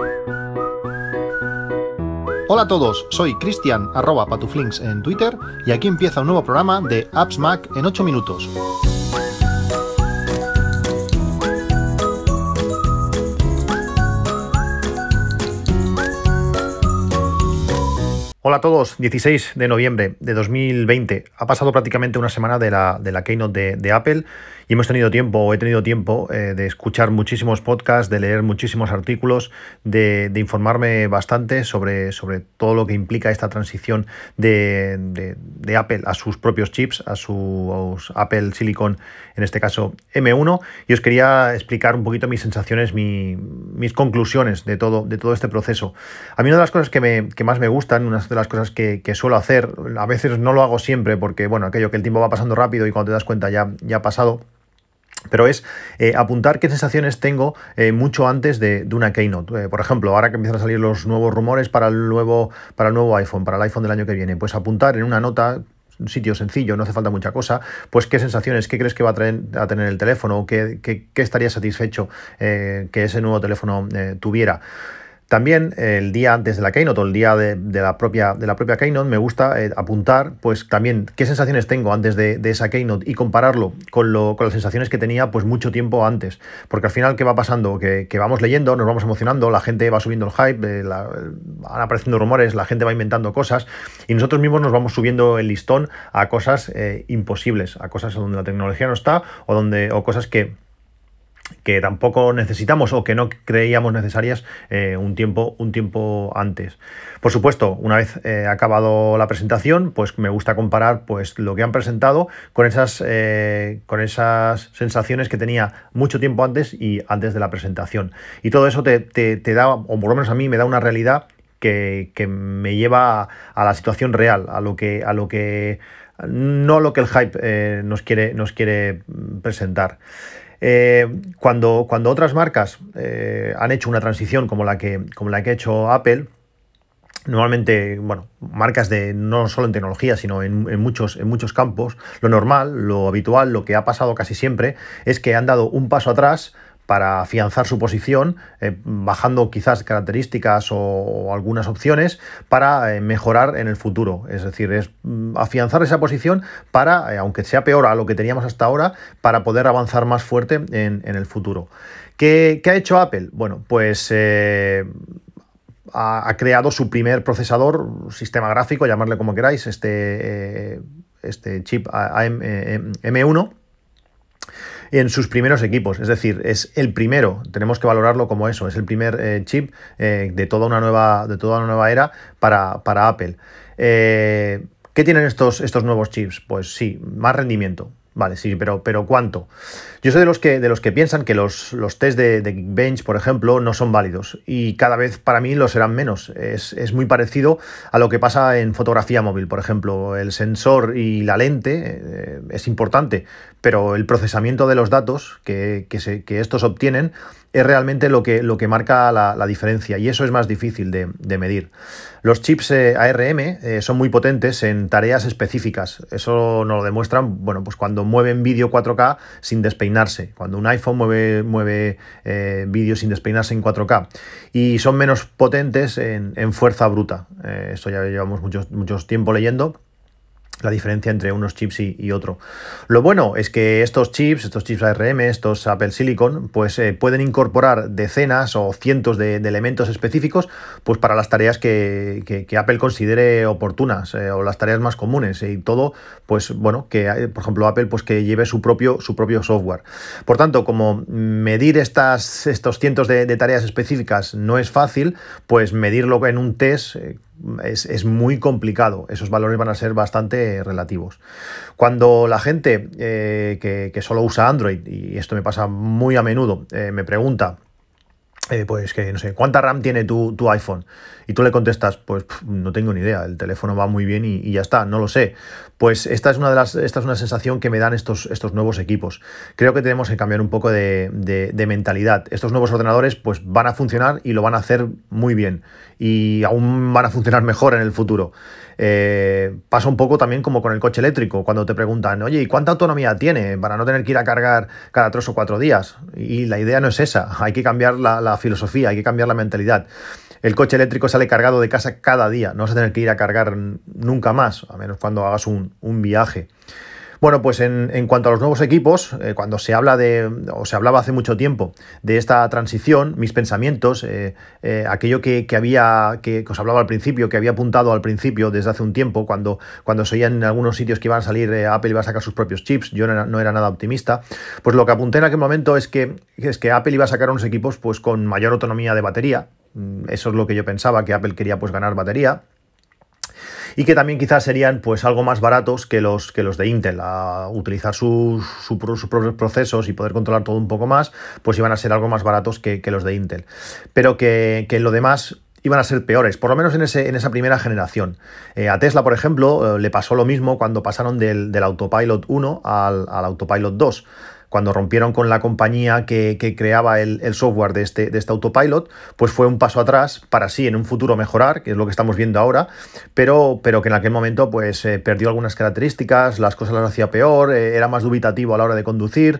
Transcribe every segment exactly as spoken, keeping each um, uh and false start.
Hola a todos, soy Cristian, arroba patuflinks en Twitter, y aquí empieza un nuevo programa de Apps Mac en ocho minutos. Hola a todos, dieciséis de noviembre de dos mil veinte. Ha pasado prácticamente una semana de la, de la Keynote de, de Apple y hemos tenido tiempo, o he tenido tiempo eh, de escuchar muchísimos podcasts, de leer muchísimos artículos, de, de informarme bastante sobre, sobre todo lo que implica esta transición de, de, de Apple a sus propios chips, a sus Apple Silicon, en este caso eme uno, y os quería explicar un poquito mis sensaciones, mi, mis conclusiones de todo, de todo este proceso. A mí una de las cosas que, me, que más me gustan, una de las cosas que, que suelo hacer, a veces no lo hago siempre porque, bueno, aquello que el tiempo va pasando rápido y cuando te das cuenta ya, ya ha pasado, pero es eh, apuntar qué sensaciones tengo eh, mucho antes de, de una Keynote. Eh, por ejemplo, ahora que empiezan a salir los nuevos rumores para el nuevo, para el nuevo iPhone, para el iPhone del año que viene, pues apuntar en una nota, un sitio sencillo, no hace falta mucha cosa, pues qué sensaciones, qué crees que va a, traer, a tener el teléfono, qué, qué, qué estaría satisfecho eh, que ese nuevo teléfono eh, tuviera. También el día antes de la Keynote o el día de, de, la, propia, de la propia Keynote me gusta eh, apuntar pues también qué sensaciones tengo antes de, de esa Keynote y compararlo con, lo, con las sensaciones que tenía pues mucho tiempo antes. Porque al final, ¿qué va pasando? Que, que vamos leyendo, nos vamos emocionando, la gente va subiendo el hype, eh, la, van apareciendo rumores, la gente va inventando cosas y nosotros mismos nos vamos subiendo el listón a cosas eh, imposibles, a cosas donde la tecnología no está o, donde, o cosas que... que tampoco necesitamos o que no creíamos necesarias eh, un tiempo, un tiempo antes. Por supuesto, una vez eh, acabado la presentación, pues me gusta comparar pues, lo que han presentado con esas, eh, con esas sensaciones que tenía mucho tiempo antes y antes de la presentación. Y todo eso te, te, te da, o por lo menos a mí me da una realidad que, que me lleva a, a la situación real, a lo que... A lo que no lo que el hype eh, nos quiere, nos quiere presentar. Eh, cuando, cuando otras marcas eh, han hecho una transición como la que, como la que ha hecho Apple, normalmente, bueno, marcas de no solo en tecnología, sino en, en, muchos, en muchos campos, lo normal, lo habitual, lo que ha pasado casi siempre, es que han dado un paso atrás para afianzar su posición, eh, bajando quizás características o, o algunas opciones para eh, mejorar en el futuro. Es decir, es mm, afianzar esa posición para, eh, aunque sea peor a lo que teníamos hasta ahora, para poder avanzar más fuerte en, en el futuro. ¿Qué, ¿Qué ha hecho Apple? Bueno, pues... Eh, ha, ha creado su primer procesador, sistema gráfico, llamarle como queráis, este, eh, este chip eme uno, en sus primeros equipos, es decir, es el primero, tenemos que valorarlo como eso, es el primer eh, chip eh, de toda una nueva, de toda una nueva era para, para Apple. Eh, ¿Qué tienen estos, estos nuevos chips? Pues sí, más rendimiento. Vale, sí, pero, pero ¿cuánto? Yo soy de los que, de los que piensan que los, los test de, de Geekbench, por ejemplo, no son válidos y cada vez para mí lo serán menos. Es, es muy parecido a lo que pasa en fotografía móvil, por ejemplo. El sensor y la lente eh, es importante, pero el procesamiento de los datos que, que, se, que estos obtienen es realmente lo que, lo que marca la, la diferencia y eso es más difícil de, de medir. Los chips eh, A R M eh, son muy potentes en tareas específicas. Eso nos lo demuestran, bueno, pues cuando mueven vídeo cuatro K sin despeinarse, cuando un iPhone mueve, mueve eh, vídeo sin despeinarse en cuatro K. Y son menos potentes en, en fuerza bruta. Eh, esto ya llevamos mucho, mucho tiempo leyendo. La diferencia entre unos chips y, y otro. Lo bueno es que estos chips, estos chips A R M, estos Apple Silicon, pues eh, pueden incorporar decenas o cientos de, de elementos específicos pues para las tareas que, que, que Apple considere oportunas eh, o las tareas más comunes y todo, pues bueno, que por ejemplo Apple pues que lleve su propio, su propio software. Por tanto, como medir estas, estos cientos de, de tareas específicas no es fácil, pues medirlo en un test eh, Es, es muy complicado, esos valores van a ser bastante relativos. Cuando la gente eh, que, que solo usa Android, y esto me pasa muy a menudo, eh, me pregunta, eh, pues que no sé, ¿cuánta RAM tiene tu, tu iPhone? Y tú le contestas, pues pff, no tengo ni idea, el teléfono va muy bien y, y ya está, no lo sé. Pues esta es una de las, esta es una sensación que me dan estos, estos nuevos equipos. Creo que tenemos que cambiar un poco de, de, de mentalidad. Estos nuevos ordenadores pues van a funcionar y lo van a hacer muy bien. Y aún van a funcionar mejor en el futuro. Eh, pasa un poco también como con el coche eléctrico, cuando te preguntan, oye, ¿y cuánta autonomía tiene para no tener que ir a cargar cada tres o cuatro días? Y la idea no es esa, hay que cambiar la, la la filosofía, hay que cambiar la mentalidad. El coche eléctrico sale cargado de casa cada día, no vas a tener que ir a cargar nunca más, a menos cuando hagas un, un viaje. Bueno, pues en, en cuanto a los nuevos equipos, eh, cuando se habla de, o se hablaba hace mucho tiempo de esta transición, mis pensamientos, eh, eh, aquello que, que había, que, que os hablaba al principio, que había apuntado al principio desde hace un tiempo, cuando, cuando se oían en algunos sitios que iban a salir, eh, Apple iba a sacar sus propios chips, yo no era, no era nada optimista, pues lo que apunté en aquel momento es que, es que Apple iba a sacar unos equipos pues con mayor autonomía de batería. Eso es lo que yo pensaba, que Apple quería pues ganar batería. Y que también quizás serían pues algo más baratos que los, que los de Intel. A utilizar sus, su, sus propios procesos y poder controlar todo un poco más, pues iban a ser algo más baratos que, que los de Intel. Pero que, que lo demás iban a ser peores, por lo menos en, ese, en esa primera generación. Eh, a Tesla, por ejemplo, eh, le pasó lo mismo cuando pasaron del, del Autopilot uno al, al Autopilot dos. Cuando rompieron con la compañía que, que creaba el, el software de este, de este autopilot, pues fue un paso atrás para sí en un futuro mejorar, que es lo que estamos viendo ahora, pero, pero que en aquel momento pues eh, perdió algunas características, las cosas las hacía peor, eh, era más dubitativo a la hora de conducir,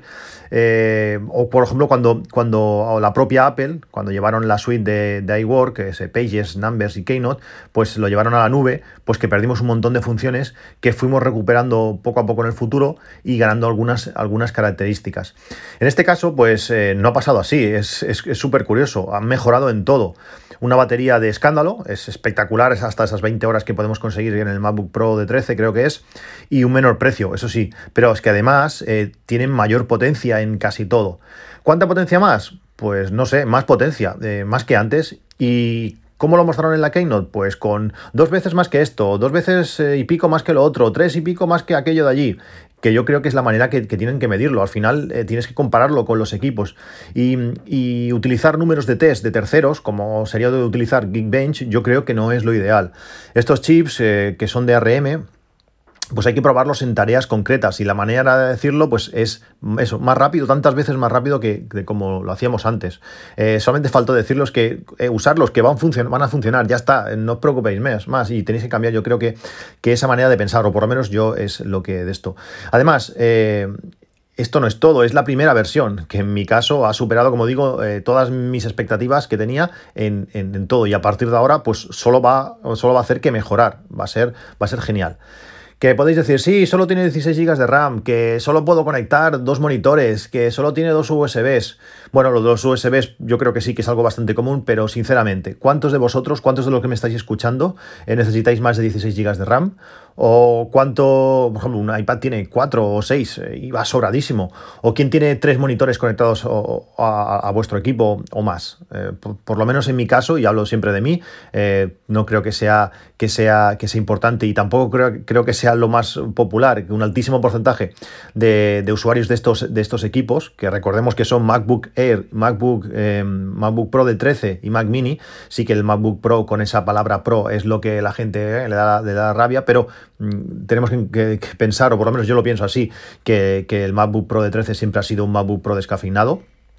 eh, o por ejemplo cuando, cuando la propia Apple, cuando llevaron la suite de, de iWork, que es Pages, Numbers y Keynote, pues lo llevaron a la nube, pues que perdimos un montón de funciones que fuimos recuperando poco a poco en el futuro y ganando algunas, algunas características. En este caso, pues eh, no ha pasado así, es súper curioso, han mejorado en todo. Una batería de escándalo, es espectacular, es hasta esas veinte horas que podemos conseguir en el MacBook Pro de trece, creo que es, y un menor precio, eso sí, pero es que además eh, tienen mayor potencia en casi todo. ¿Cuánta potencia más? Pues no sé, más potencia, eh, más que antes, y ¿cómo lo mostraron en la Keynote? Pues con dos veces más que esto, dos veces eh, y pico más que lo otro, tres y pico más que aquello de allí, que yo creo que es la manera que, que tienen que medirlo. Al final eh, tienes que compararlo con los equipos y, y utilizar números de test de terceros, como sería de utilizar Geekbench, yo creo que no es lo ideal. Estos chips eh, que son de A R M, pues hay que probarlos en tareas concretas y la manera de decirlo pues es eso, más rápido, tantas veces más rápido que, que como lo hacíamos antes. Eh, solamente faltó decirlos que eh, usarlos, que van, funcion- van a funcionar, ya está, no os preocupéis más, más y tenéis que cambiar, yo creo que, que esa manera de pensar, o por lo menos yo es lo que de esto. Además, eh, esto no es todo, es la primera versión, que en mi caso ha superado, como digo, eh, todas mis expectativas que tenía en, en, en todo, y a partir de ahora pues solo va, solo va a hacer que mejorar, va a ser, va a ser genial. Que podéis decir, sí, solo tiene dieciséis gigas de RAM, que solo puedo conectar dos monitores, que solo tiene dos U S Bs. Bueno, lo de los U S Bs yo creo que sí que es algo bastante común, pero sinceramente, ¿cuántos de vosotros, cuántos de los que me estáis escuchando eh, necesitáis más de dieciséis gigas de RAM? ¿O cuánto, por ejemplo, un iPad tiene cuatro o seis eh, y va sobradísimo? ¿O quién tiene tres monitores conectados o, a, a vuestro equipo o más? Eh, por, por lo menos en mi caso, y hablo siempre de mí, eh, no creo que sea, que, sea, que sea importante, y tampoco creo, creo que sea lo más popular, que un altísimo porcentaje de, de usuarios de estos, de estos equipos, que recordemos que son MacBook Air, MacBook, eh, MacBook Pro de trece y Mac Mini. Sí que el MacBook Pro con esa palabra Pro es lo que la gente eh, le, da, le da rabia, pero mmm, tenemos que, que, que pensar, o por lo menos yo lo pienso así, que, que el MacBook Pro de trece siempre ha sido un MacBook Pro descafeinado,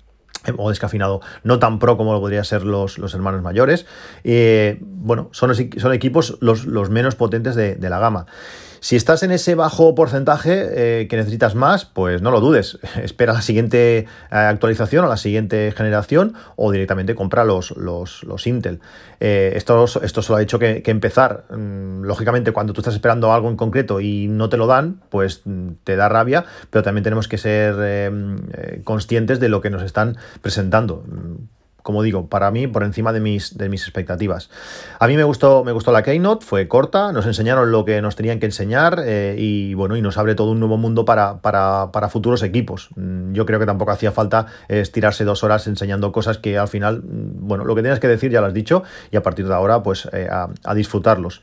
o descafeinado, no tan pro como lo podrían ser los, los hermanos mayores. Eh, bueno, son, son equipos los, los menos potentes de, de la gama. Si estás en ese bajo porcentaje eh, que necesitas más, pues no lo dudes. Espera la siguiente eh, actualización o la siguiente generación, o directamente compra los, los, los Intel. Eh, esto, esto solo ha hecho que, que empezar. Mm, lógicamente, cuando tú estás esperando algo en concreto y no te lo dan, pues mm, te da rabia, pero también tenemos que ser eh, eh, conscientes de lo que nos están presentando. Como digo, para mí, por encima de mis, de mis expectativas. A mí me gustó, me gustó la Keynote, fue corta, nos enseñaron lo que nos tenían que enseñar eh, y bueno, y nos abre todo un nuevo mundo para, para, para futuros equipos. Yo creo que tampoco hacía falta estirarse dos horas enseñando cosas que al final, bueno, lo que tenías que decir ya lo has dicho, y a partir de ahora, pues eh, a, a disfrutarlos.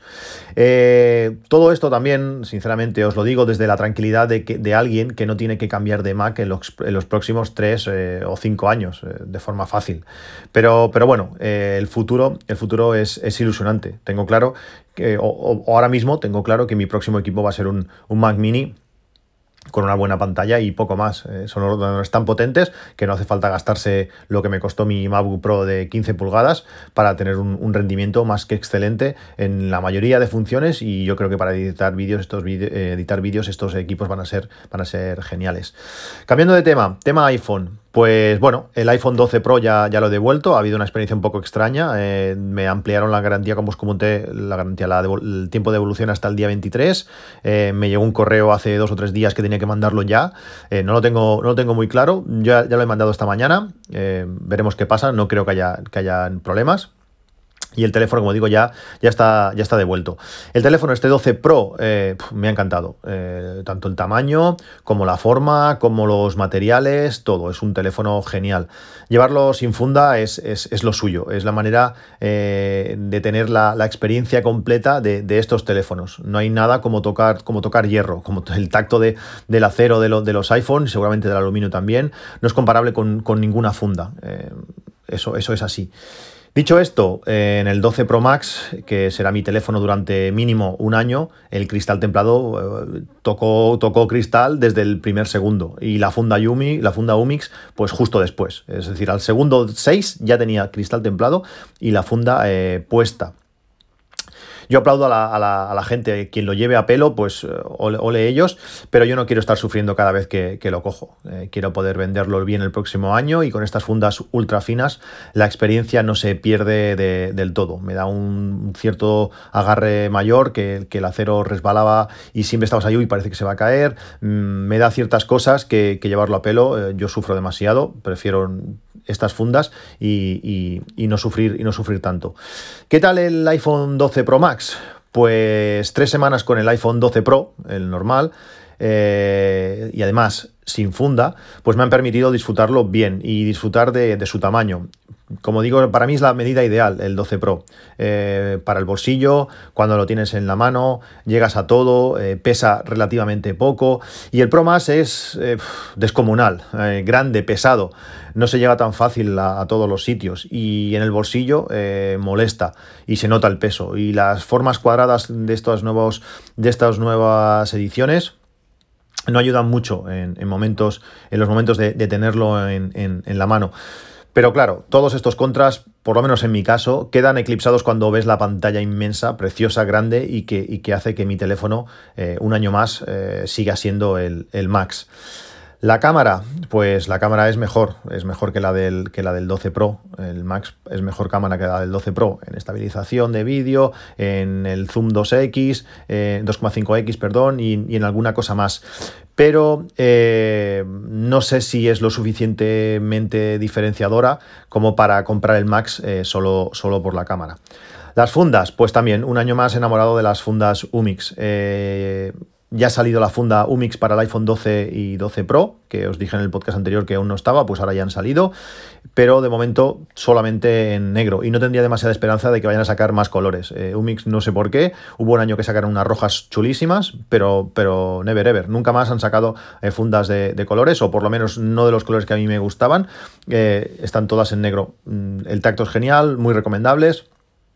Eh, todo esto también, sinceramente, os lo digo desde la tranquilidad de, que, de alguien que no tiene que cambiar de Mac en los, en los próximos tres eh, o cinco años eh, de forma fácil. Pero, pero bueno, eh, el futuro, el futuro es, es ilusionante. Tengo claro que, o, o ahora mismo tengo claro que mi próximo equipo va a ser un, un Mac Mini con una buena pantalla y poco más. Eh, son ordenadores tan potentes que no hace falta gastarse lo que me costó mi MacBook Pro de quince pulgadas para tener un, un rendimiento más que excelente en la mayoría de funciones, y yo creo que para editar vídeos estos vídeos, eh, editar vídeos estos equipos van a ser van a ser geniales. Cambiando de tema, tema iPhone. Pues bueno, el iPhone doce Pro ya, ya lo he devuelto, ha habido una experiencia un poco extraña, eh, me ampliaron la garantía, como os comenté, la garantía, la el tiempo de devolución hasta el día veintitrés, eh, me llegó un correo hace dos o tres días que tenía que mandarlo ya, eh, no, lo tengo, no lo tengo muy claro, ya, ya lo he mandado esta mañana, eh, veremos qué pasa, no creo que haya, que haya problemas. Y el teléfono, como digo, ya, ya, está, ya está devuelto. El teléfono este doce Pro eh, me ha encantado. Eh, tanto el tamaño, como la forma, como los materiales, todo. Es un teléfono genial. Llevarlo sin funda es, es, es lo suyo. Es la manera eh, de tener la, la experiencia completa de, de estos teléfonos. No hay nada como tocar, como tocar hierro. Como el tacto de, del acero de, lo, de los iPhones, seguramente del aluminio también. No es comparable con, con ninguna funda. Eh, eso, eso es así. Dicho esto, eh, en el doce Pro Max, que será mi teléfono durante mínimo un año, el cristal templado eh, tocó, tocó cristal desde el primer segundo y la funda Yumi, la funda Umix, pues justo después. Es decir, al segundo seis ya tenía cristal templado y la funda eh, puesta. Yo aplaudo a la, a, la, a la gente, quien lo lleve a pelo, pues ole, ole ellos, pero yo no quiero estar sufriendo cada vez que, que lo cojo. Eh, quiero poder venderlo bien el próximo año y con estas fundas ultra finas la experiencia no se pierde de, del todo. Me da un cierto agarre mayor, que, que el acero resbalaba y siempre estabas ahí y parece que se va a caer. Mm, me da ciertas cosas que, que llevarlo a pelo. Eh, yo sufro demasiado, prefiero estas fundas y, y, y, no sufrir, y no sufrir tanto. ¿Qué tal el iPhone doce Pro Max? Pues tres semanas con el iPhone doce Pro, el normal, eh, y además sin funda, pues me han permitido disfrutarlo bien y disfrutar de, de su tamaño. Como digo, para mí es la medida ideal el doce Pro. Eh, para el bolsillo, cuando lo tienes en la mano, llegas a todo, eh, pesa relativamente poco. Y el Pro Max es eh, descomunal, eh, grande, pesado. No se llega tan fácil a, a todos los sitios. Y en el bolsillo eh, molesta y se nota el peso. Y las formas cuadradas de estos nuevos, de estas nuevas ediciones no ayudan mucho en, en, momentos, en los momentos de, de tenerlo en, en, en la mano. Pero claro, todos estos contras, por lo menos en mi caso, quedan eclipsados cuando ves la pantalla inmensa, preciosa, grande y que, y que hace que mi teléfono eh, un año más eh, siga siendo el, el Max. La cámara, pues la cámara es mejor, es mejor que la del, que la del doce Pro. El Max es mejor cámara que la del doce Pro en estabilización de vídeo, en el zoom dos equis, eh, dos coma cinco equis, perdón, y, y en alguna cosa más. Pero eh, no sé si es lo suficientemente diferenciadora como para comprar el Max eh, solo, solo por la cámara. Las fundas, pues también un año más enamorado de las fundas Umix. Eh, Ya ha salido la funda Umix para el iPhone doce y doce Pro, que os dije en el podcast anterior que aún no estaba, pues ahora ya han salido, pero de momento solamente en negro y no tendría demasiada esperanza de que vayan a sacar más colores. Eh, Umix no sé por qué, hubo un año que sacaron unas rojas chulísimas, pero, pero never ever, nunca más han sacado eh, fundas de, de colores, o por lo menos no de los colores que a mí me gustaban, eh, están todas en negro. El tacto es genial, muy recomendables.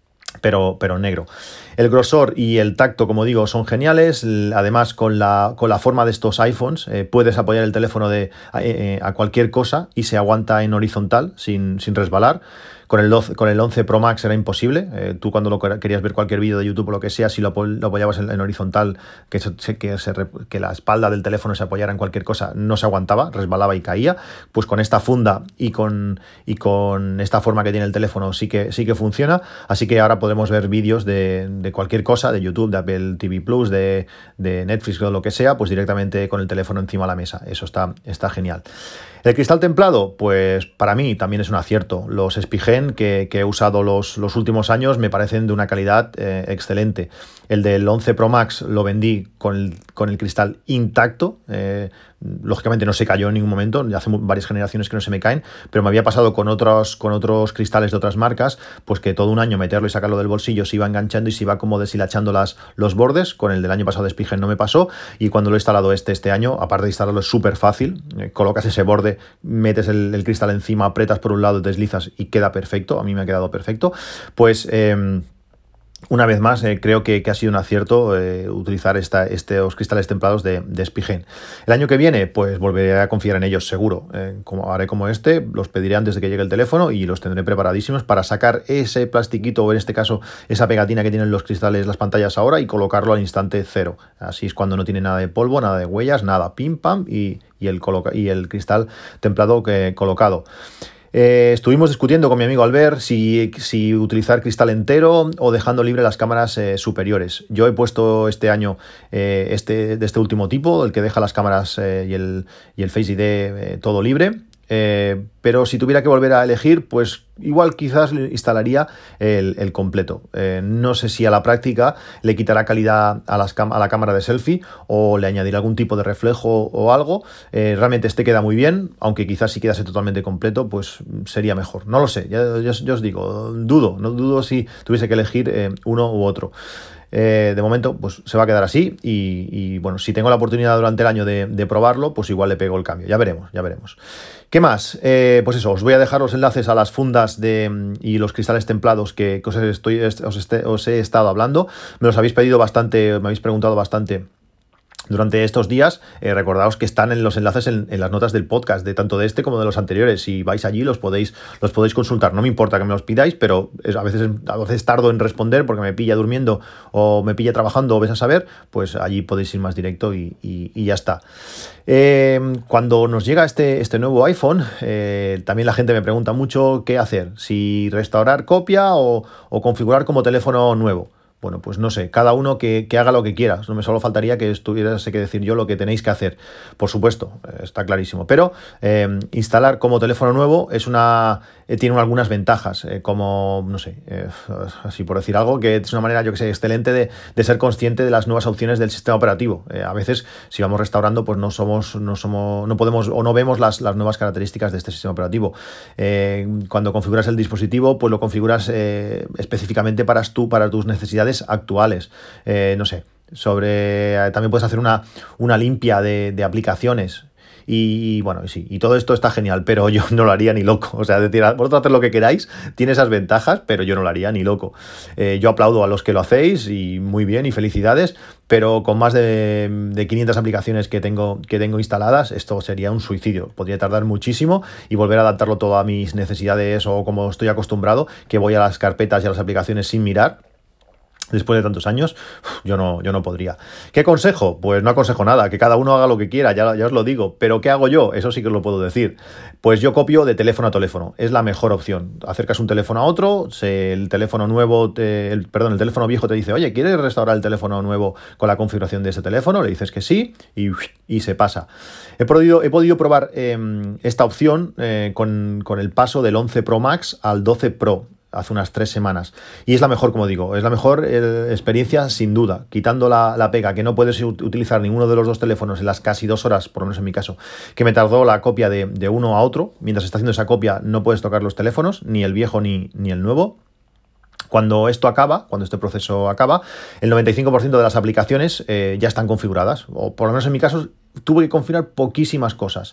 Pero, pero negro. El grosor y el tacto, como digo, son geniales. Además, con la, con la forma de estos iPhones, eh, puedes apoyar el teléfono de, eh, a cualquier cosa y se aguanta en horizontal sin, sin resbalar. Con el, doce, con el once Pro Max era imposible. Eh, tú cuando lo querías ver cualquier vídeo de YouTube o lo que sea, si lo, lo apoyabas en, en horizontal, que, se, que, se, que la espalda del teléfono se apoyara en cualquier cosa, no se aguantaba, resbalaba y caía. Pues con esta funda y con, y con esta forma que tiene el teléfono sí que, sí que funciona. Así que ahora podemos ver vídeos de, de cualquier cosa, de YouTube, de Apple T V Plus, de, de Netflix o lo que sea, pues directamente con el teléfono encima de la mesa. Eso está, está genial. El cristal templado, pues para mí también es un acierto. Los Spigen que, que he usado los, los últimos años me parecen de una calidad eh, excelente. El del once Pro Max lo vendí con el, con el cristal intacto. Eh, lógicamente no se cayó en ningún momento, ya hace varias generaciones que no se me caen, pero me había pasado con otros, con otros cristales de otras marcas, pues que todo un año meterlo y sacarlo del bolsillo se iba enganchando y se iba como deshilachando las, los bordes. Con el del año pasado de Spigen no me pasó, y cuando lo he instalado este este año, aparte de instalarlo, es súper fácil. Eh, colocas ese borde, metes el, el cristal encima, apretas por un lado, deslizas y queda perfecto. A mí me ha quedado perfecto. Pues... Eh, Una vez más, eh, creo que, que ha sido un acierto eh, utilizar esta, estos cristales templados de, de Spigen. El año que viene, pues volveré a confiar en ellos seguro. Eh, como haré como este, los pediré antes de que llegue el teléfono y los tendré preparadísimos para sacar ese plastiquito, o en este caso, esa pegatina que tienen los cristales, las pantallas ahora, y colocarlo al instante cero. Así es cuando no tiene nada de polvo, nada de huellas, nada, pim, pam, y, y, el, coloca y el cristal templado que, colocado. Eh, estuvimos discutiendo con mi amigo Albert si, si utilizar cristal entero o dejando libre las cámaras eh, superiores. Yo he puesto este año eh, este, de este último tipo, el que deja las cámaras eh, y, el, y el Face I D eh, todo libre. Eh, pero si tuviera que volver a elegir, pues igual quizás instalaría el, el completo. Eh, no sé si a la práctica le quitará calidad a, las a la cámara de selfie o le añadirá algún tipo de reflejo o algo. Eh, realmente este queda muy bien, aunque quizás si quedase totalmente completo, pues sería mejor. No lo sé, ya, ya, ya os digo, dudo, no dudo si tuviese que elegir eh, uno u otro. Eh, de momento pues se va a quedar así y, y bueno, si tengo la oportunidad durante el año de, de probarlo, pues igual le pego el cambio, ya veremos, ya veremos. ¿Qué más? Eh, pues eso, os voy a dejar los enlaces a las fundas de, y los cristales templados que, que os, estoy, os, este, os he estado hablando. Me los habéis pedido bastante, me habéis preguntado bastante durante estos días. Eh, recordaos que están en los enlaces en, en las notas del podcast, de tanto de este como de los anteriores. Si vais allí los podéis, los podéis consultar. No me importa que me los pidáis, pero es, a, veces, a veces tardo en responder porque me pilla durmiendo o me pilla trabajando o ves a saber, pues allí podéis ir más directo y, y, y ya está. Eh, cuando nos llega este, este nuevo iPhone, eh, también la gente me pregunta mucho qué hacer, si restaurar copia o, o configurar como teléfono nuevo. Bueno, pues no sé, cada uno que, que haga lo que quiera. No me solo faltaría que estuviese que decir yo lo que tenéis que hacer. Por supuesto, está clarísimo. Pero eh, instalar como teléfono nuevo es una eh, tiene algunas ventajas, eh, como, no sé, eh, así por decir algo, que es una manera, yo que sé, excelente de, de ser consciente de las nuevas opciones del sistema operativo. Eh, a veces, si vamos restaurando, pues no somos, no somos, no podemos o no vemos las, las nuevas características de este sistema operativo. Eh, cuando configuras el dispositivo, pues lo configuras eh, específicamente para, tú, para tus necesidades actuales. Eh, no sé, sobre también puedes hacer una, una limpia de, de aplicaciones. Y bueno, sí, y todo esto está genial, pero yo no lo haría ni loco. O sea, decir, vosotros haced lo que queráis, tiene esas ventajas, pero yo no lo haría ni loco. Eh, yo aplaudo a los que lo hacéis y muy bien y felicidades, pero con más de, de quinientas aplicaciones que tengo, que tengo instaladas, esto sería un suicidio. Podría tardar muchísimo y volver a adaptarlo todo a mis necesidades o como estoy acostumbrado, que voy a las carpetas y a las aplicaciones sin mirar. Después de tantos años, yo no, yo no podría. ¿Qué aconsejo? Pues no aconsejo nada, que cada uno haga lo que quiera, ya, ya os lo digo. ¿Pero qué hago yo? Eso sí que os lo puedo decir. Pues yo copio de teléfono a teléfono, es la mejor opción. Acercas un teléfono a otro, se, el teléfono nuevo, te, el, perdón, el teléfono viejo te dice, oye, ¿quieres restaurar el teléfono nuevo con la configuración de ese teléfono? Le dices que sí y, y se pasa. He podido, he podido probar eh, esta opción eh, con, con el paso del once Pro Max al doce Pro. Hace unas tres semanas. Y es la mejor, como digo, es la mejor eh, experiencia sin duda. Quitando la, la pega que no puedes utilizar ninguno de los dos teléfonos en las casi dos horas, por lo menos en mi caso, que me tardó la copia de, de uno a otro. Mientras está haciendo esa copia no puedes tocar los teléfonos, ni el viejo ni, ni el nuevo. Cuando esto acaba, cuando este proceso acaba, el noventa y cinco por ciento de las aplicaciones eh, ya están configuradas. O por lo menos en mi caso tuve que configurar poquísimas cosas.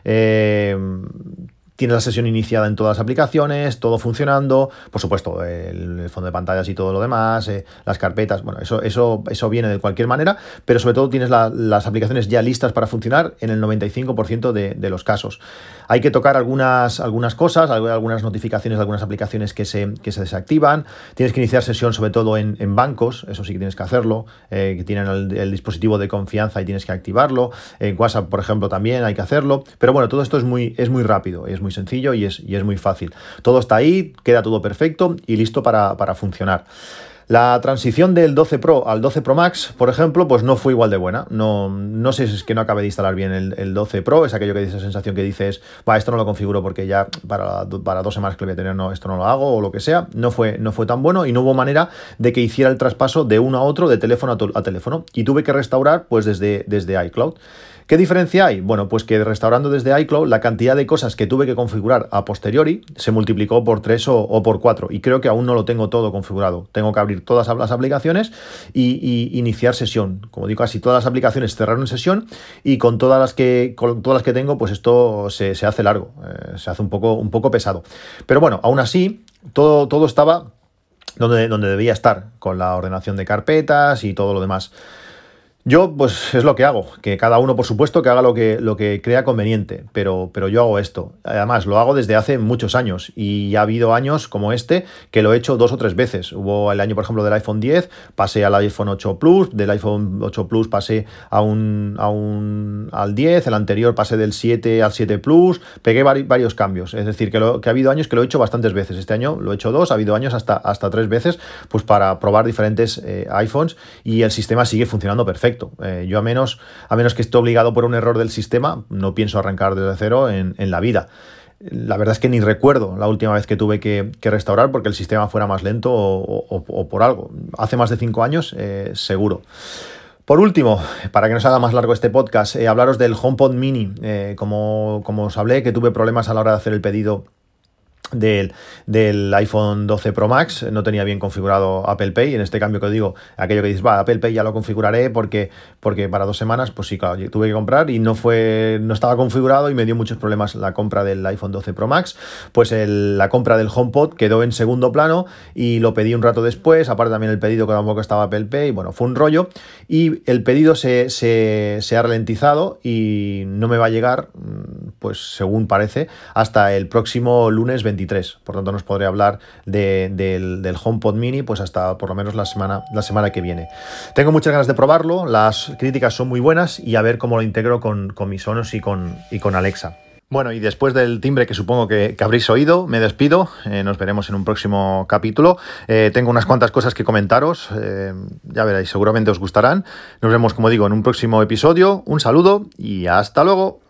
Eh... Tienes la sesión iniciada en todas las aplicaciones, todo funcionando, por supuesto, el, el fondo de pantallas y todo lo demás, eh, las carpetas, bueno, eso, eso, eso viene de cualquier manera, pero sobre todo tienes la, las aplicaciones ya listas para funcionar en el noventa y cinco por ciento de, de los casos. Hay que tocar algunas, algunas cosas, algunas notificaciones de algunas aplicaciones que se, que se desactivan, tienes que iniciar sesión sobre todo en, en bancos, eso sí que tienes que hacerlo, eh, que tienen el, el dispositivo de confianza y tienes que activarlo, en WhatsApp, por ejemplo, también hay que hacerlo, pero bueno, todo esto es muy, es muy rápido, es muy sencillo y es, y es muy fácil. Todo está ahí, queda todo perfecto y listo para, para funcionar. La transición del doce Pro al doce Pro Max, por ejemplo, pues no fue igual de buena. No, no sé si es que no acabé de instalar bien el, el doce Pro, es aquello que dice esa sensación que dices, va, esto no lo configuro porque ya para, para dos semanas que lo voy a tener, no, esto no lo hago o lo que sea. No fue, no fue tan bueno y no hubo manera de que hiciera el traspaso de uno a otro, de teléfono a, a teléfono. Y tuve que restaurar pues desde, desde iCloud. ¿Qué diferencia hay? Bueno, pues que restaurando desde iCloud la cantidad de cosas que tuve que configurar a posteriori se multiplicó por tres o, o por cuatro y creo que aún no lo tengo todo configurado. Tengo que abrir todas las aplicaciones y, y iniciar sesión. Como digo, casi todas las aplicaciones cerraron sesión y con todas las que, con todas las que tengo, pues esto se, se hace largo, eh, se hace un poco, un poco pesado. Pero bueno, aún así, todo, todo estaba donde, donde debía estar, con la ordenación de carpetas y todo lo demás. Yo, pues es lo que hago, que cada uno, por supuesto, que haga lo que, lo que crea conveniente, pero, pero yo hago esto. Además, lo hago desde hace muchos años y ha habido años como este que lo he hecho dos o tres veces. Hubo el año, por ejemplo, del iPhone diez, pasé al iPhone ocho Plus, del iPhone ocho Plus pasé a un, a un, al diez, el anterior pasé del siete al siete Plus, pegué vari, varios cambios. Es decir, que, lo, que ha habido años que lo he hecho bastantes veces. Este año lo he hecho dos, ha habido años hasta, hasta tres veces, pues para probar diferentes eh, iPhones y el sistema sigue funcionando perfecto. Eh, yo a menos, a menos que esté obligado por un error del sistema, no pienso arrancar desde cero en, en la vida. La verdad es que ni recuerdo la última vez que tuve que, que restaurar porque el sistema fuera más lento o, o, o por algo. Hace más de cinco años, eh, seguro. Por último, para que no se haga más largo este podcast, eh, hablaros del HomePod Mini. Eh, como, como os hablé, que tuve problemas a la hora de hacer el pedido Del, del iPhone doce Pro Max, no tenía bien configurado Apple Pay. En este cambio que os digo, aquello que dices, va, Apple Pay ya lo configuraré porque, porque para dos semanas, pues sí, claro, tuve que comprar y no fue, no estaba configurado y me dio muchos problemas la compra del iPhone doce Pro Max. Pues el, la compra del HomePod quedó en segundo plano y lo pedí un rato después, aparte también el pedido que tampoco estaba Apple Pay, bueno, fue un rollo y el pedido se, se, se ha ralentizado y no me va a llegar, pues según parece, hasta el próximo lunes veintitrés. Por tanto, no os podré hablar de, del, del HomePod Mini pues hasta por lo menos la semana, la semana que viene. Tengo muchas ganas de probarlo, las críticas son muy buenas y a ver cómo lo integro con, con mis Sonos y con, y con Alexa. Bueno, y después del timbre que supongo que, que habréis oído, me despido. Eh, nos veremos en un próximo capítulo. Eh, tengo unas cuantas cosas que comentaros. Eh, ya veréis, seguramente os gustarán. Nos vemos, como digo, en un próximo episodio. Un saludo y hasta luego.